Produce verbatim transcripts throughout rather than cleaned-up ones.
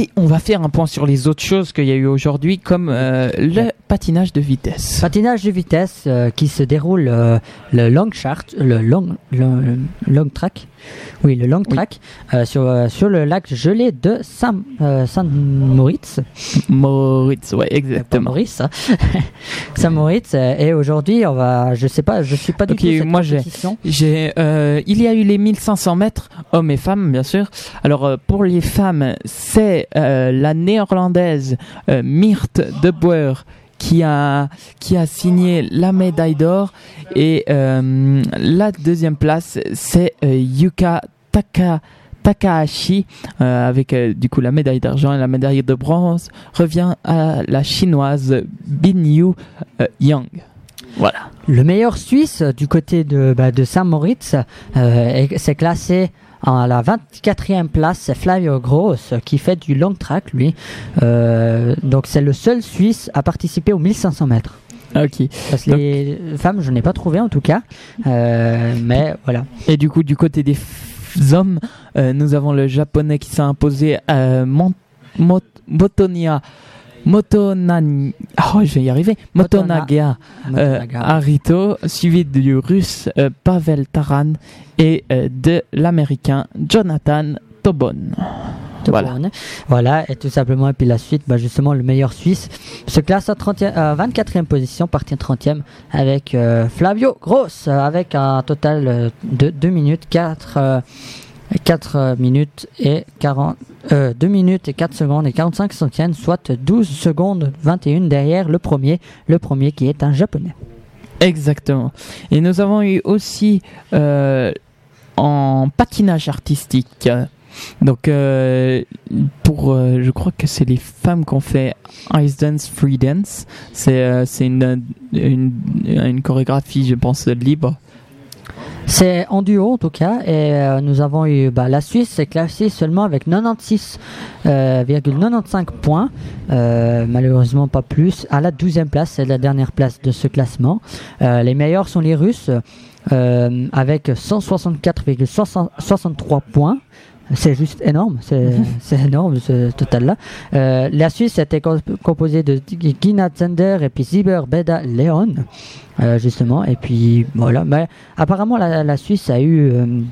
Et on va faire un point sur les autres choses qu'il y a eu aujourd'hui, comme euh, le patinage de vitesse. Patinage de vitesse euh, qui se déroule euh, le long chart, le long, le, le long track, oui le long track oui. euh, sur euh, sur le lac gelé de Saint euh, Saint-Moritz. Moritz, ouais, exactement. Maurice, hein. Saint-Moritz. Euh, et aujourd'hui, on va, je sais pas, je suis pas du okay, tout cette moi compétition. j'ai, j'ai euh, il y a eu les mille cinq cents mètres, hommes et femmes, bien sûr. Alors euh, pour les femmes, c'est euh, la néerlandaise euh, Myrthe de Boer qui a qui a signé la médaille d'or, et euh, la deuxième place c'est euh, Yuka Taka Takahashi euh, avec euh, du coup la médaille d'argent, et la médaille de bronze revient à la chinoise Binyu euh, Yang. Voilà. Le meilleur Suisse du côté de, bah, de Saint-Moritz euh, s'est classé à la vingt-quatrième place, c'est Flavio Gross qui fait du long track, lui. Euh, donc c'est le seul Suisse à participer aux mille cinq cents mètres. Ok. Parce que donc, les femmes, je n'ai pas trouvé en tout cas. Euh, mais voilà. Et du coup, du côté des f- hommes, euh, nous avons le japonais qui s'est imposé à Mont- Mot- Motonia. Motonani, oh, je vais y arriver. Motonaga, euh, Arito, suivi du russe euh, Pavel Taran et euh, de l'américain Jonathan Tobon. Voilà. Voilà, et tout simplement, et puis la suite, bah justement, le meilleur Suisse se classe à trentième, euh, vingt-quatrième position, partie trentième, avec euh, Flavio Gross, avec un total euh, de deux minutes quatre. Euh, quatre minutes et quarante, euh, deux minutes et quatre secondes et quarante-cinq centièmes, soit douze secondes vingt et un derrière le premier, le premier qui est un japonais. Exactement. Et nous avons eu aussi euh, en patinage artistique, donc euh, pour, euh, je crois que c'est les femmes qui ont fait Ice Dance, Free Dance. C'est, euh, c'est une, une, une chorégraphie, je pense, libre. C'est en duo en tout cas, et euh, nous avons eu bah, la Suisse s'est classée seulement avec quatre-vingt-seize virgule quatre-vingt-quinze points, euh, malheureusement pas plus. À la douzième place, c'est la dernière place de ce classement. Euh, les meilleurs sont les Russes euh, avec cent soixante-quatre virgule soixante-trois points. C'est juste énorme, c'est, c'est énorme ce total-là. Euh, la Suisse était comp- composée de Gina Zender et puis Ziber Beda Leon, euh, justement. Et puis voilà, mais apparemment la, la Suisse a eu, euh,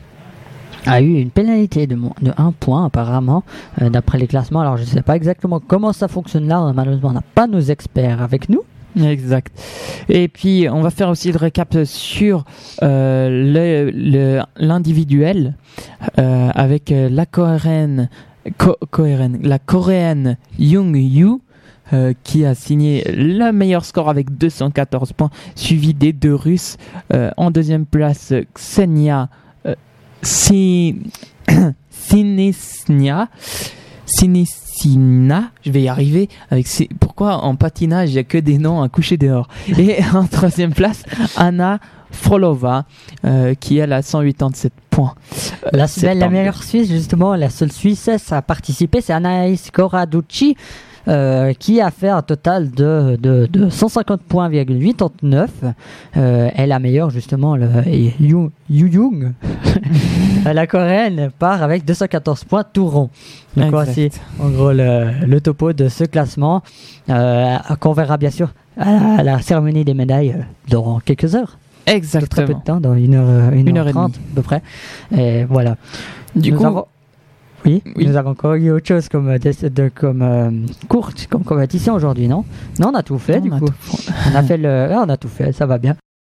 a eu une pénalité de, de un point apparemment, euh, d'après les classements. Alors je ne sais pas exactement comment ça fonctionne là, malheureusement on n'a pas nos experts avec nous. Exact. Et puis on va faire aussi le récap sur euh, le, le, l'individuel euh, avec euh, la coréenne, co- coréenne, la coréenne Young Yu euh, qui a signé le meilleur score avec deux cent quatorze points, suivi des deux Russes. Euh, en deuxième place, Ksenia euh, si, Sinisnia. Sinissina, je vais y arriver. Avec ces... Pourquoi en patinage il n'y a que des noms à coucher dehors? Et en troisième place, Anna Frolova, euh, qui elle a cent quatre-vingt-dix-sept points. Euh, la, belle, la meilleure Suisse, justement, la seule Suissesse à participer, c'est Anaïs Coraducci. Euh, qui a fait un total de, de, de cent cinquante points virgule quatre-vingt-neuf. Euh, et la meilleure justement, le Yu Young, la coréenne, part avec deux cent quatorze points tout rond. Donc voici en gros le, le topo de ce classement, euh, qu'on verra bien sûr à la, à la cérémonie des médailles euh, dans quelques heures. Exactement. Très peu de temps, dans une heure, une une heure, heure trente à peu près. Et voilà. Du Nous coup. avons... Oui, oui, nous avons encore eu autre chose comme, de, de, comme euh, courte, comme compétition aujourd'hui, non? Non, on a tout fait, non, du on coup. Tout... on a fait le... Ah, on a tout fait, ça va bien.